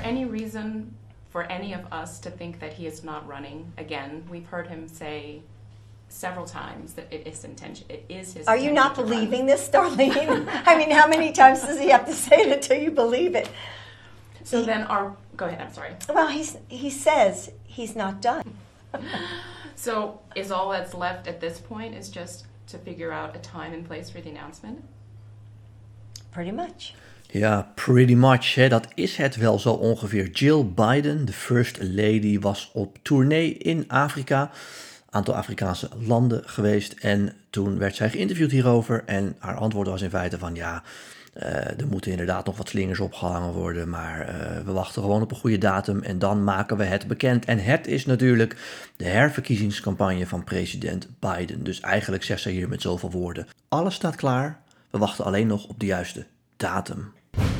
there any reason for any of us to think that he is not running again? We've heard him say several times that it is his intention. Are you not believing this, Darlene? I mean, how many times does he have to say it until you believe it? So then go ahead, I'm sorry. Well, he says he's not done. So is all that's left at this point is just to figure out a time and place for the announcement? Pretty much. Ja, pretty much. Hè. Dat is het wel zo ongeveer. Jill Biden, de First Lady, was op tournee in Afrika. Aantal Afrikaanse landen geweest. En toen werd zij geïnterviewd hierover. En haar antwoord was in feite van ja, er moeten inderdaad nog wat slingers opgehangen worden. Maar we wachten gewoon op een goede datum en dan maken we het bekend. En het is natuurlijk de herverkiezingscampagne van president Biden. Dus eigenlijk zegt zij hier met zoveel woorden. Alles staat klaar. We wachten alleen nog op de juiste datum.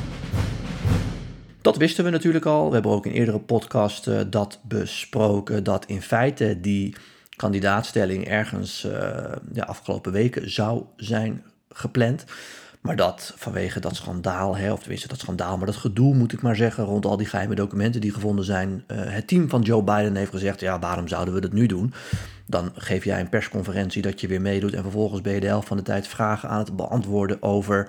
Dat wisten we natuurlijk al. We hebben ook in eerdere podcast dat besproken. Dat in feite die kandidaatstelling ergens afgelopen weken zou zijn gepland. Maar dat vanwege dat schandaal, of tenminste dat schandaal, maar dat gedoe moet ik maar zeggen, rond al die geheime documenten die gevonden zijn. Het team van Joe Biden heeft gezegd, ja, waarom zouden we dat nu doen? Dan geef jij een persconferentie dat je weer meedoet en vervolgens ben je de helft van de tijd vragen aan het beantwoorden over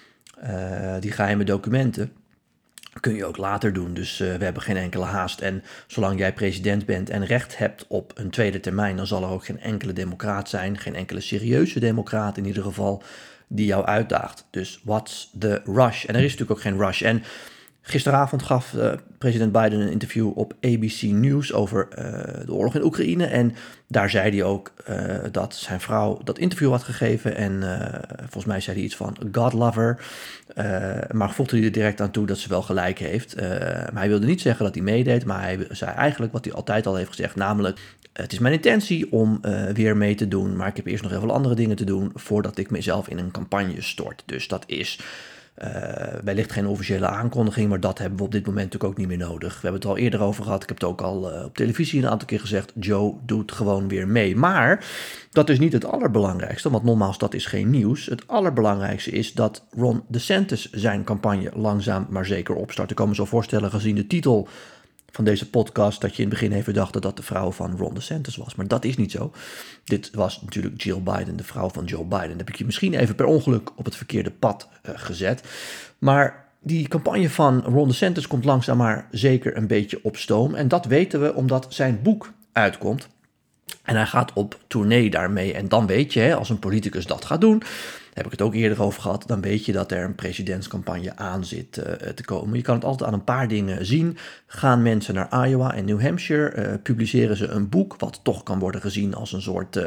die geheime documenten. Kun je ook later doen, dus we hebben geen enkele haast. En zolang jij president bent en recht hebt op een tweede termijn, dan zal er ook geen enkele democraat zijn, geen enkele serieuze democraat in ieder geval, die jou uitdaagt. Dus what's the rush? En er is natuurlijk ook geen rush. En gisteravond gaf president Biden een interview op ABC News over de oorlog in Oekraïne. En daar zei hij ook dat zijn vrouw dat interview had gegeven. En volgens mij zei hij iets van God lover. Maar voegde hij er direct aan toe dat ze wel gelijk heeft. Maar hij wilde niet zeggen dat hij meedeed. Maar hij zei eigenlijk wat hij altijd al heeft gezegd. Namelijk, het is mijn intentie om weer mee te doen. Maar ik heb eerst nog even andere dingen te doen voordat ik mezelf in een campagne stort. Dus dat is wellicht geen officiële aankondiging, maar dat hebben we op dit moment natuurlijk ook niet meer nodig. We hebben het al eerder over gehad. Ik heb het ook al op televisie een aantal keer gezegd. Joe doet gewoon weer mee. Maar dat is niet het allerbelangrijkste, want nogmaals, dat is geen nieuws. Het allerbelangrijkste is dat Ron DeSantis zijn campagne langzaam maar zeker opstart. Ik kan me zo voorstellen, gezien de titel van deze podcast, dat je in het begin even dacht dat dat de vrouw van Ron DeSantis was. Maar dat is niet zo. Dit was natuurlijk Jill Biden, de vrouw van Joe Biden. Dan heb ik je misschien even per ongeluk op het verkeerde pad gezet. Maar die campagne van Ron DeSantis komt langzaam maar zeker een beetje op stoom. En dat weten we omdat zijn boek uitkomt. En hij gaat op tournee daarmee. En dan weet je, als een politicus dat gaat doen, heb ik het ook eerder over gehad, dan weet je dat er een presidentscampagne aan zit te komen. Je kan het altijd aan een paar dingen zien. Gaan mensen naar Iowa en New Hampshire, publiceren ze een boek, wat toch kan worden gezien als een soort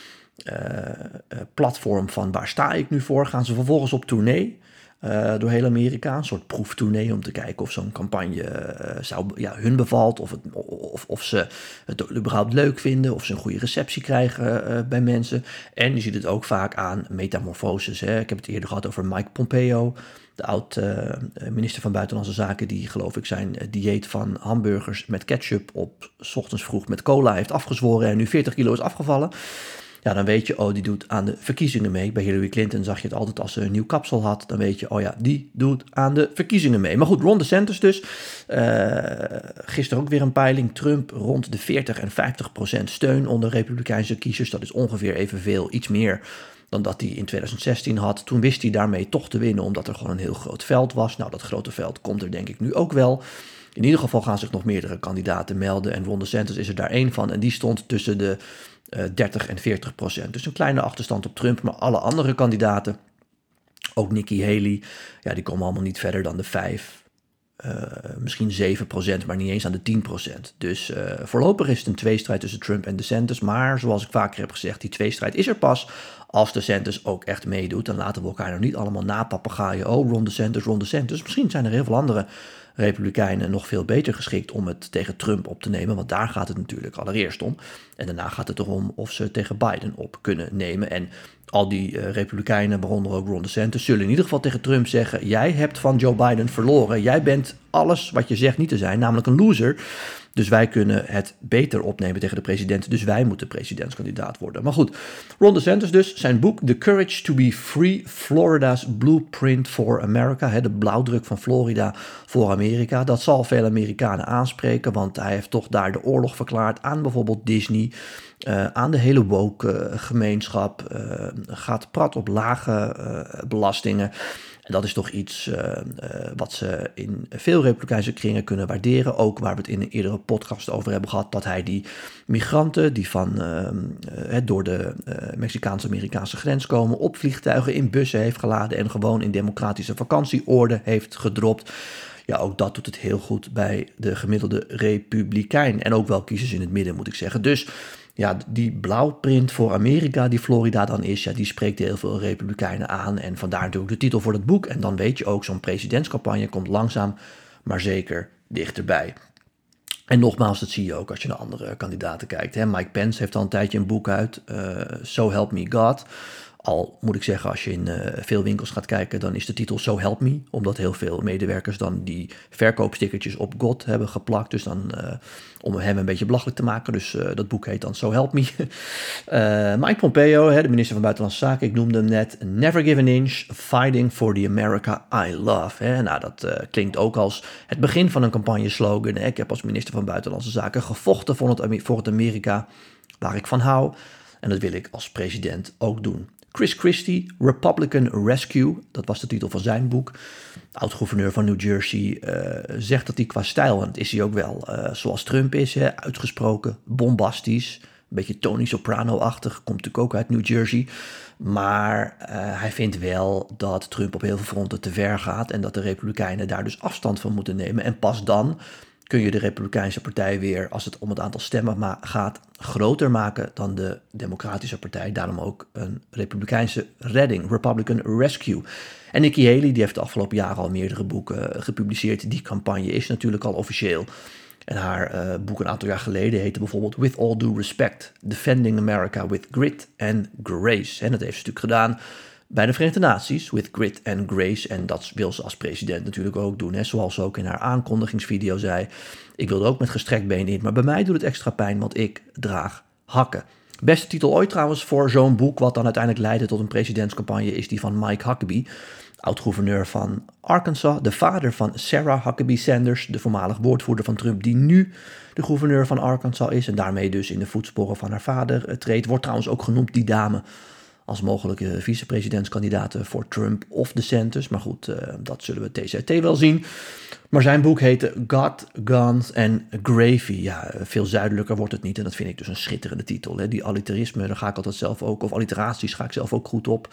platform van waar sta ik nu voor. Gaan ze vervolgens op tournee door heel Amerika, een soort proeftournee om te kijken of zo'n campagne hun bevalt, of ze het überhaupt leuk vinden, of ze een goede receptie krijgen bij mensen. En je ziet het ook vaak aan metamorfoses. Hè. Ik heb het eerder gehad over Mike Pompeo, de oud-minister van Buitenlandse Zaken, die geloof ik zijn dieet van hamburgers met ketchup op 's ochtends vroeg met cola heeft afgezworen en nu 40 kilo is afgevallen. Ja, dan weet je, die doet aan de verkiezingen mee. Bij Hillary Clinton zag je het altijd als ze een nieuw kapsel had. Dan weet je, die doet aan de verkiezingen mee. Maar goed, Ron DeSantis dus. Gisteren ook weer een peiling. Trump rond de 40 en 50% steun onder Republikeinse kiezers. Dat is ongeveer evenveel, iets meer dan dat hij in 2016 had. Toen wist hij daarmee toch te winnen, omdat er gewoon een heel groot veld was. Nou, dat grote veld komt er denk ik nu ook wel. In ieder geval gaan zich nog meerdere kandidaten melden. En Ron DeSantis is er daar één van. En die stond tussen de 30 en 40%. Dus een kleine achterstand op Trump. Maar alle andere kandidaten, ook Nikki Haley, ja, die komen allemaal niet verder dan de 5, misschien 7%, maar niet eens aan de 10%. Dus voorlopig is het een tweestrijd tussen Trump en DeSantis. Maar zoals ik vaker heb gezegd, die tweestrijd is er pas als DeSantis ook echt meedoet. Dan laten we elkaar nog niet allemaal napapagaaien. Ron DeSantis, Ron DeSantis. Misschien zijn er heel veel andere Republikeinen nog veel beter geschikt om het tegen Trump op te nemen, want daar gaat het natuurlijk allereerst om. En daarna gaat het erom of ze tegen Biden op kunnen nemen. En al die Republikeinen, waaronder ook Ron DeSantis, zullen in ieder geval tegen Trump zeggen: jij hebt van Joe Biden verloren. Jij bent alles wat je zegt niet te zijn, namelijk een loser. Dus wij kunnen het beter opnemen tegen de president. Dus wij moeten presidentskandidaat worden. Maar goed, Ron DeSantis dus. Zijn boek The Courage to be Free, Florida's Blueprint for America. De blauwdruk van Florida voor Amerika. Dat zal veel Amerikanen aanspreken. Want hij heeft toch daar de oorlog verklaard aan bijvoorbeeld Disney. Aan de hele woke gemeenschap. Gaat prat op lage belastingen. En dat is toch iets wat ze in veel Republikeinse kringen kunnen waarderen. Ook waar we het in een eerdere podcast over hebben gehad. Dat hij die migranten die door de Mexicaans-Amerikaanse grens komen. Op vliegtuigen in bussen heeft geladen. En gewoon in democratische vakantieorde heeft gedropt. Ja, ook dat doet het heel goed bij de gemiddelde Republikein. En ook wel kiezers in het midden, moet ik zeggen. Dus ja, die blauwprint voor Amerika, die Florida dan is, ja, die spreekt heel veel Republikeinen aan. En vandaar natuurlijk de titel voor het boek. En dan weet je ook, zo'n presidentscampagne komt langzaam, maar zeker dichterbij. En nogmaals, dat zie je ook als je naar andere kandidaten kijkt. Mike Pence heeft al een tijdje een boek uit, So Help Me God. Al moet ik zeggen, als je in veel winkels gaat kijken, dan is de titel So Help Me. Omdat heel veel medewerkers dan die verkoopstickertjes op God hebben geplakt. Dus dan om hem een beetje belachelijk te maken. Dus dat boek heet dan So Help Me. Mike Pompeo, de minister van Buitenlandse Zaken, ik noemde hem net. Never give an inch, fighting for the America I love. Nou, dat klinkt ook als het begin van een campagneslogan. Ik heb als minister van Buitenlandse Zaken gevochten voor het Amerika waar ik van hou. En dat wil ik als president ook doen. Chris Christie, Republican Rescue, dat was de titel van zijn boek. Oud-gouverneur van New Jersey zegt dat hij qua stijl, en dat is hij ook wel, zoals Trump is, uitgesproken, bombastisch, een beetje Tony Soprano-achtig, komt natuurlijk ook uit New Jersey. Maar hij vindt wel dat Trump op heel veel fronten te ver gaat en dat de Republikeinen daar dus afstand van moeten nemen. En pas dan kun je de Republikeinse partij weer, als het om het aantal stemmen gaat, groter maken dan de Democratische partij. Daarom ook een Republikeinse redding, Republican Rescue. En Nikki Haley, die heeft de afgelopen jaren al meerdere boeken gepubliceerd. Die campagne is natuurlijk al officieel. En haar boek een aantal jaar geleden heette bijvoorbeeld With All Due Respect, Defending America with Grit and Grace. En dat heeft ze natuurlijk gedaan bij de Verenigde Naties, with grit and grace. En dat wil ze als president natuurlijk ook doen. Zoals ze ook in haar aankondigingsvideo zei. Ik wilde ook met gestrekt been in, maar bij mij doet het extra pijn, want ik draag hakken. Beste titel ooit trouwens voor zo'n boek, wat dan uiteindelijk leidde tot een presidentscampagne, is die van Mike Huckabee, oud-gouverneur van Arkansas, de vader van Sarah Huckabee Sanders, de voormalig woordvoerder van Trump, die nu de gouverneur van Arkansas is en daarmee dus in de voetsporen van haar vader treedt. Wordt trouwens ook genoemd, die dame, als mogelijke vicepresidentskandidaten voor Trump of DeSantis. Maar goed, dat zullen we TZT wel zien. Maar zijn boek heette God, Guns and Gravy. Ja, veel zuidelijker wordt het niet. En dat vind ik dus een schitterende titel. Die alliterisme, daar ga ik altijd zelf ook, of alliteraties ga ik zelf ook goed op.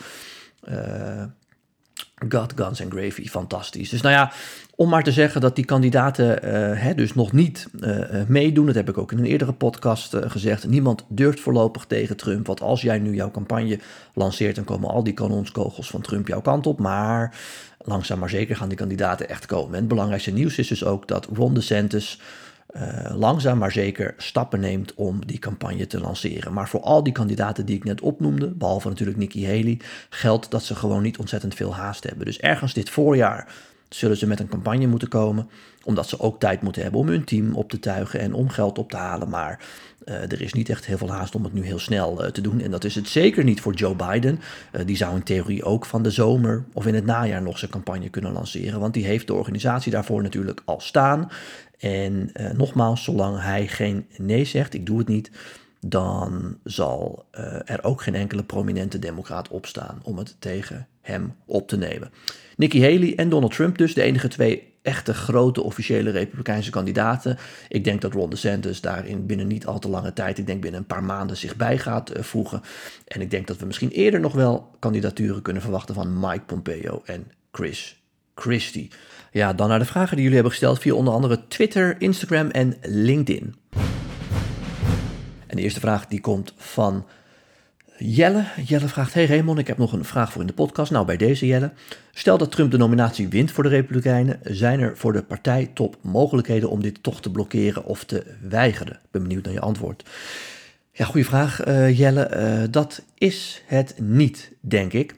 God, Guns and Gravy, fantastisch. Dus nou ja, om maar te zeggen dat die kandidaten dus nog niet meedoen. Dat heb ik ook in een eerdere podcast gezegd. Niemand durft voorlopig tegen Trump. Want als jij nu jouw campagne lanceert, dan komen al die kanonskogels van Trump jouw kant op. Maar langzaam maar zeker gaan die kandidaten echt komen. En het belangrijkste nieuws is dus ook dat Ron DeSantis langzaam maar zeker stappen neemt om die campagne te lanceren. Maar voor al die kandidaten die ik net opnoemde, behalve natuurlijk Nikki Haley, geldt dat ze gewoon niet ontzettend veel haast hebben. Dus ergens dit voorjaar zullen ze met een campagne moeten komen, omdat ze ook tijd moeten hebben om hun team op te tuigen en om geld op te halen. Maar er is niet echt heel veel haast om het nu heel snel te doen. En dat is het zeker niet voor Joe Biden. Die zou in theorie ook van de zomer of in het najaar nog zijn campagne kunnen lanceren. Want die heeft de organisatie daarvoor natuurlijk al staan. En nogmaals, zolang hij geen nee zegt, ik doe het niet, dan zal er ook geen enkele prominente democraat opstaan om het tegen hem op te nemen. Nikki Haley en Donald Trump dus, de enige twee echte grote officiële republikeinse kandidaten. Ik denk dat Ron DeSantis daarin binnen niet al te lange tijd, ik denk binnen een paar maanden zich bij gaat voegen. En ik denk dat we misschien eerder nog wel kandidaturen kunnen verwachten van Mike Pompeo en Chris Christie. Ja, dan naar de vragen die jullie hebben gesteld via onder andere Twitter, Instagram en LinkedIn. En de eerste vraag die komt van Jelle. Jelle vraagt, hey Raymond, ik heb nog een vraag voor in de podcast. Nou, bij deze Jelle. Stel dat Trump de nominatie wint voor de Republikeinen. Zijn er voor de partijtop mogelijkheden om dit toch te blokkeren of te weigeren? Ik ben benieuwd naar je antwoord. Ja, goede vraag Jelle. Dat is het niet, denk ik.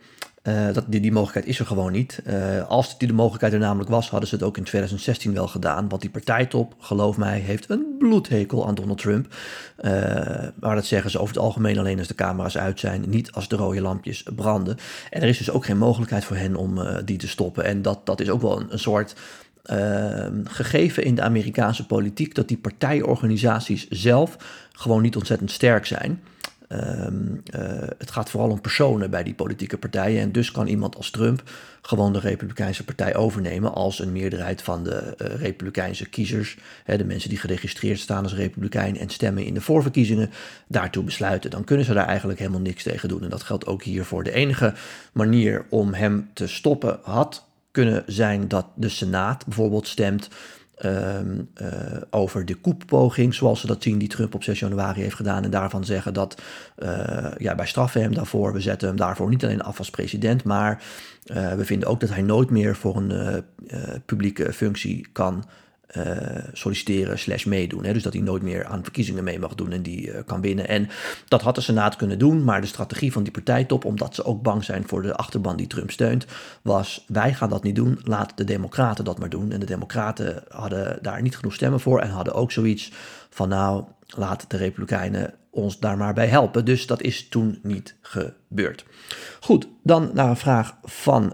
Die mogelijkheid is er gewoon niet. Als de mogelijkheid er namelijk was, hadden ze het ook in 2016 wel gedaan. Want die partijtop, geloof mij, heeft een bloedhekel aan Donald Trump. Maar dat zeggen ze over het algemeen alleen als de camera's uit zijn. Niet als de rode lampjes branden. En er is dus ook geen mogelijkheid voor hen om die te stoppen. En dat is ook wel een soort gegeven in de Amerikaanse politiek. Dat die partijorganisaties zelf gewoon niet ontzettend sterk zijn. Het gaat vooral om personen bij die politieke partijen. En dus kan iemand als Trump gewoon de Republikeinse partij overnemen als een meerderheid van de Republikeinse kiezers, de mensen die geregistreerd staan als Republikein en stemmen in de voorverkiezingen, daartoe besluiten. Dan kunnen ze daar eigenlijk helemaal niks tegen doen. En dat geldt ook hiervoor. De enige manier om hem te stoppen had kunnen zijn dat de Senaat bijvoorbeeld stemt over de koepoging, zoals ze dat zien, die Trump op 6 januari heeft gedaan. En daarvan zeggen dat wij straffen hem daarvoor. We zetten hem daarvoor niet alleen af als president, maar we vinden ook dat hij nooit meer voor een publieke functie kan solliciteren / meedoen. Dus dat hij nooit meer aan verkiezingen mee mag doen en die kan winnen. En dat had de Senaat kunnen doen, maar de strategie van die partijtop, omdat ze ook bang zijn voor de achterban die Trump steunt, was: wij gaan dat niet doen, laat de Democraten dat maar doen. En de Democraten hadden daar niet genoeg stemmen voor en hadden ook zoiets van: nou, laat de Republikeinen ons daar maar bij helpen. Dus dat is toen niet gebeurd. Goed, dan naar een vraag van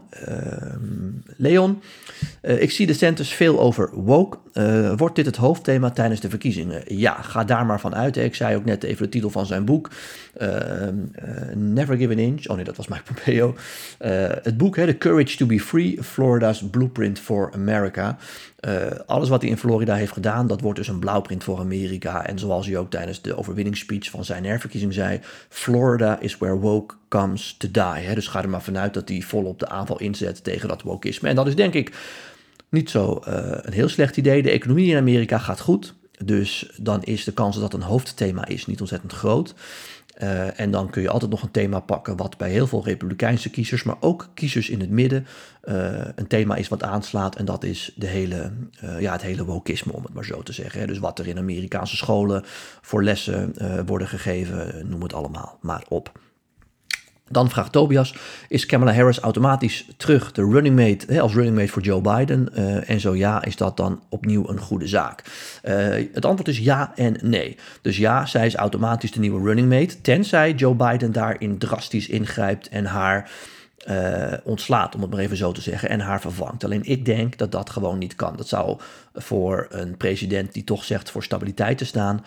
Leon. Ik zie de centers veel over woke. Wordt dit het hoofdthema tijdens de verkiezingen? Ja, ga daar maar van uit. Ik zei ook net even de titel van zijn boek. Never Give an Inch. Oh nee, dat was Mike Pompeo. Het boek, The Courage to be Free, Florida's Blueprint for America. Alles wat hij in Florida heeft gedaan, dat wordt dus een blauwprint voor Amerika. En zoals hij ook tijdens de overwinningsspeech van zijn herverkiezing zei, Florida is where woke comes to die. Dus ga er maar vanuit dat hij volop de aanval inzet tegen dat wokeisme. En dat is denk ik niet zo een heel slecht idee. De economie in Amerika gaat goed. Dus dan is de kans dat dat een hoofdthema is niet ontzettend groot. En dan kun je altijd nog een thema pakken wat bij heel veel Republikeinse kiezers, maar ook kiezers in het midden, een thema is wat aanslaat. En dat is het hele wokeisme, om het maar zo te zeggen. Dus wat er in Amerikaanse scholen voor lessen worden gegeven, noem het allemaal maar op. Dan vraagt Tobias, is Kamala Harris automatisch terug de running mate, als running mate voor Joe Biden? En zo ja, is dat dan opnieuw een goede zaak? Het antwoord is ja en nee. Dus ja, zij is automatisch de nieuwe running mate, tenzij Joe Biden daarin drastisch ingrijpt en haar ontslaat, om het maar even zo te zeggen, en haar vervangt. Alleen ik denk dat dat gewoon niet kan. Dat zou voor een president die toch zegt voor stabiliteit te staan,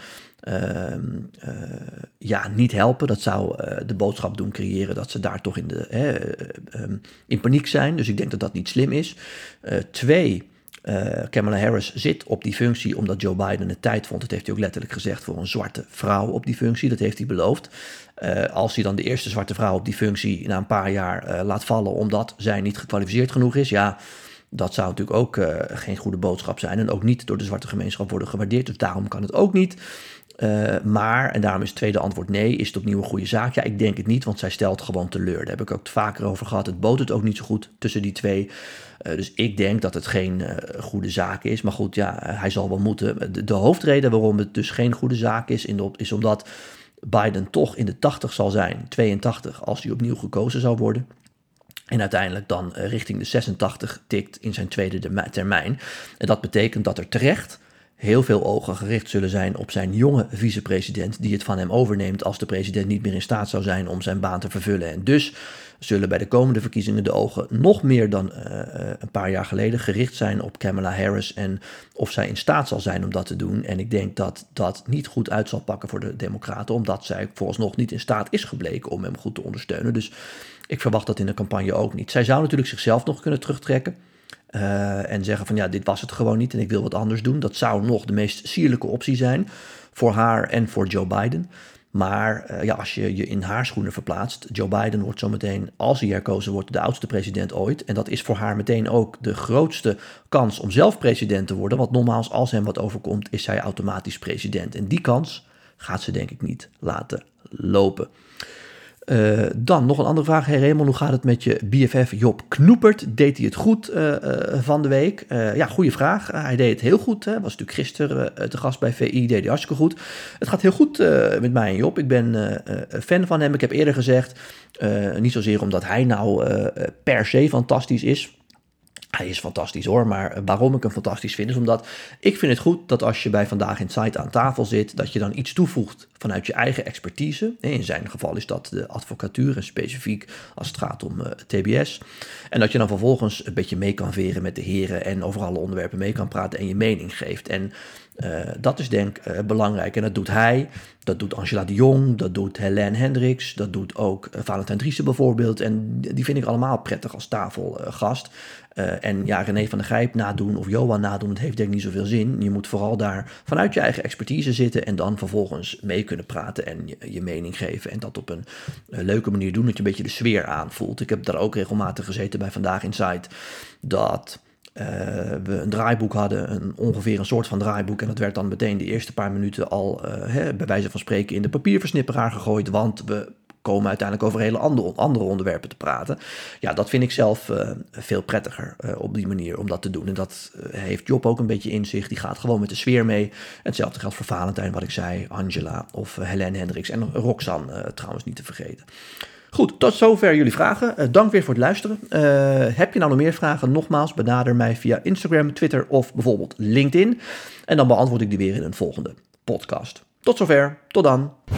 niet helpen. Dat zou de boodschap doen creëren dat ze daar toch in paniek zijn. Dus ik denk dat dat niet slim is. 2, Kamala Harris zit op die functie omdat Joe Biden het tijd vond, dat heeft hij ook letterlijk gezegd, voor een zwarte vrouw op die functie. Dat heeft hij beloofd. Als hij dan de eerste zwarte vrouw op die functie na een paar jaar laat vallen omdat zij niet gekwalificeerd genoeg is, ja, dat zou natuurlijk ook geen goede boodschap zijn en ook niet door de zwarte gemeenschap worden gewaardeerd. Dus daarom kan het ook niet. Maar, en daarom is het tweede antwoord nee, is het opnieuw een goede zaak? Ja, ik denk het niet, want zij stelt gewoon teleur. Daar heb ik ook vaker over gehad. Het botert ook niet zo goed tussen die twee. Dus ik denk dat het geen goede zaak is. Maar goed, ja, hij zal wel moeten. De hoofdreden waarom het dus geen goede zaak is omdat Biden toch in de 80 zal zijn, 82, als hij opnieuw gekozen zou worden. En uiteindelijk dan richting de 86 tikt in zijn tweede termijn. En dat betekent dat er terecht heel veel ogen gericht zullen zijn op zijn jonge vicepresident, die het van hem overneemt als de president niet meer in staat zou zijn om zijn baan te vervullen. En dus zullen bij de komende verkiezingen de ogen nog meer dan een paar jaar geleden gericht zijn op Kamala Harris en of zij in staat zal zijn om dat te doen. En ik denk dat dat niet goed uit zal pakken voor de Democraten, omdat zij vooralsnog niet in staat is gebleken om hem goed te ondersteunen. Dus ik verwacht dat in de campagne ook niet. Zij zou natuurlijk zichzelf nog kunnen terugtrekken. En zeggen van ja, dit was het gewoon niet en ik wil wat anders doen. Dat zou nog de meest sierlijke optie zijn voor haar en voor Joe Biden. Maar als je je in haar schoenen verplaatst, Joe Biden wordt zometeen, als hij herkozen wordt, de oudste president ooit. En dat is voor haar meteen ook de grootste kans om zelf president te worden. Want nogmaals, als hem wat overkomt, is zij automatisch president. En die kans gaat ze denk ik niet laten lopen. Dan nog een andere vraag. Hey Raymond, hoe gaat het met je BFF Job Knoepert? Deed hij het goed van de week? Ja, goede vraag. Hij deed het heel goed. Was natuurlijk gisteren te gast bij VI. Deed hij hartstikke goed. Het gaat heel goed met mij en Job. Ik ben fan van hem. Ik heb eerder gezegd, niet zozeer omdat hij nou per se fantastisch is. Hij is fantastisch hoor, maar waarom ik hem fantastisch vind is omdat ik vind het goed dat als je bij Vandaag Insite aan tafel zit, dat je dan iets toevoegt vanuit je eigen expertise. In zijn geval is dat de advocatuur en specifiek als het gaat om TBS. En dat je dan vervolgens een beetje mee kan veren met de heren en over alle onderwerpen mee kan praten en je mening geeft. En dat is denk ik belangrijk en dat doet hij, dat doet Angela de Jong, dat doet Helene Hendricks, dat doet ook Valentijn Driessen bijvoorbeeld. En die vind ik allemaal prettig als tafelgast. En ja, René van der Gijp nadoen of Johan nadoen, dat heeft denk ik niet zoveel zin. Je moet vooral daar vanuit je eigen expertise zitten en dan vervolgens mee kunnen praten en je mening geven. En dat op een leuke manier doen, dat je een beetje de sfeer aanvoelt. Ik heb daar ook regelmatig gezeten bij Vandaag Insite, dat we een draaiboek hadden, ongeveer een soort van draaiboek. En dat werd dan meteen de eerste paar minuten al, bij wijze van spreken, in de papierversnipperaar gegooid, want we komen uiteindelijk over hele andere onderwerpen te praten. Ja, dat vind ik zelf veel prettiger op die manier om dat te doen. En dat heeft Job ook een beetje in zich. Die gaat gewoon met de sfeer mee. Hetzelfde geldt voor Valentijn, wat ik zei, Angela of Helene Hendricks en Roxanne trouwens niet te vergeten. Goed, tot zover jullie vragen. Dank weer voor het luisteren. Heb je nou nog meer vragen? Nogmaals, benader mij via Instagram, Twitter of bijvoorbeeld LinkedIn. En dan beantwoord ik die weer in een volgende podcast. Tot zover, tot dan.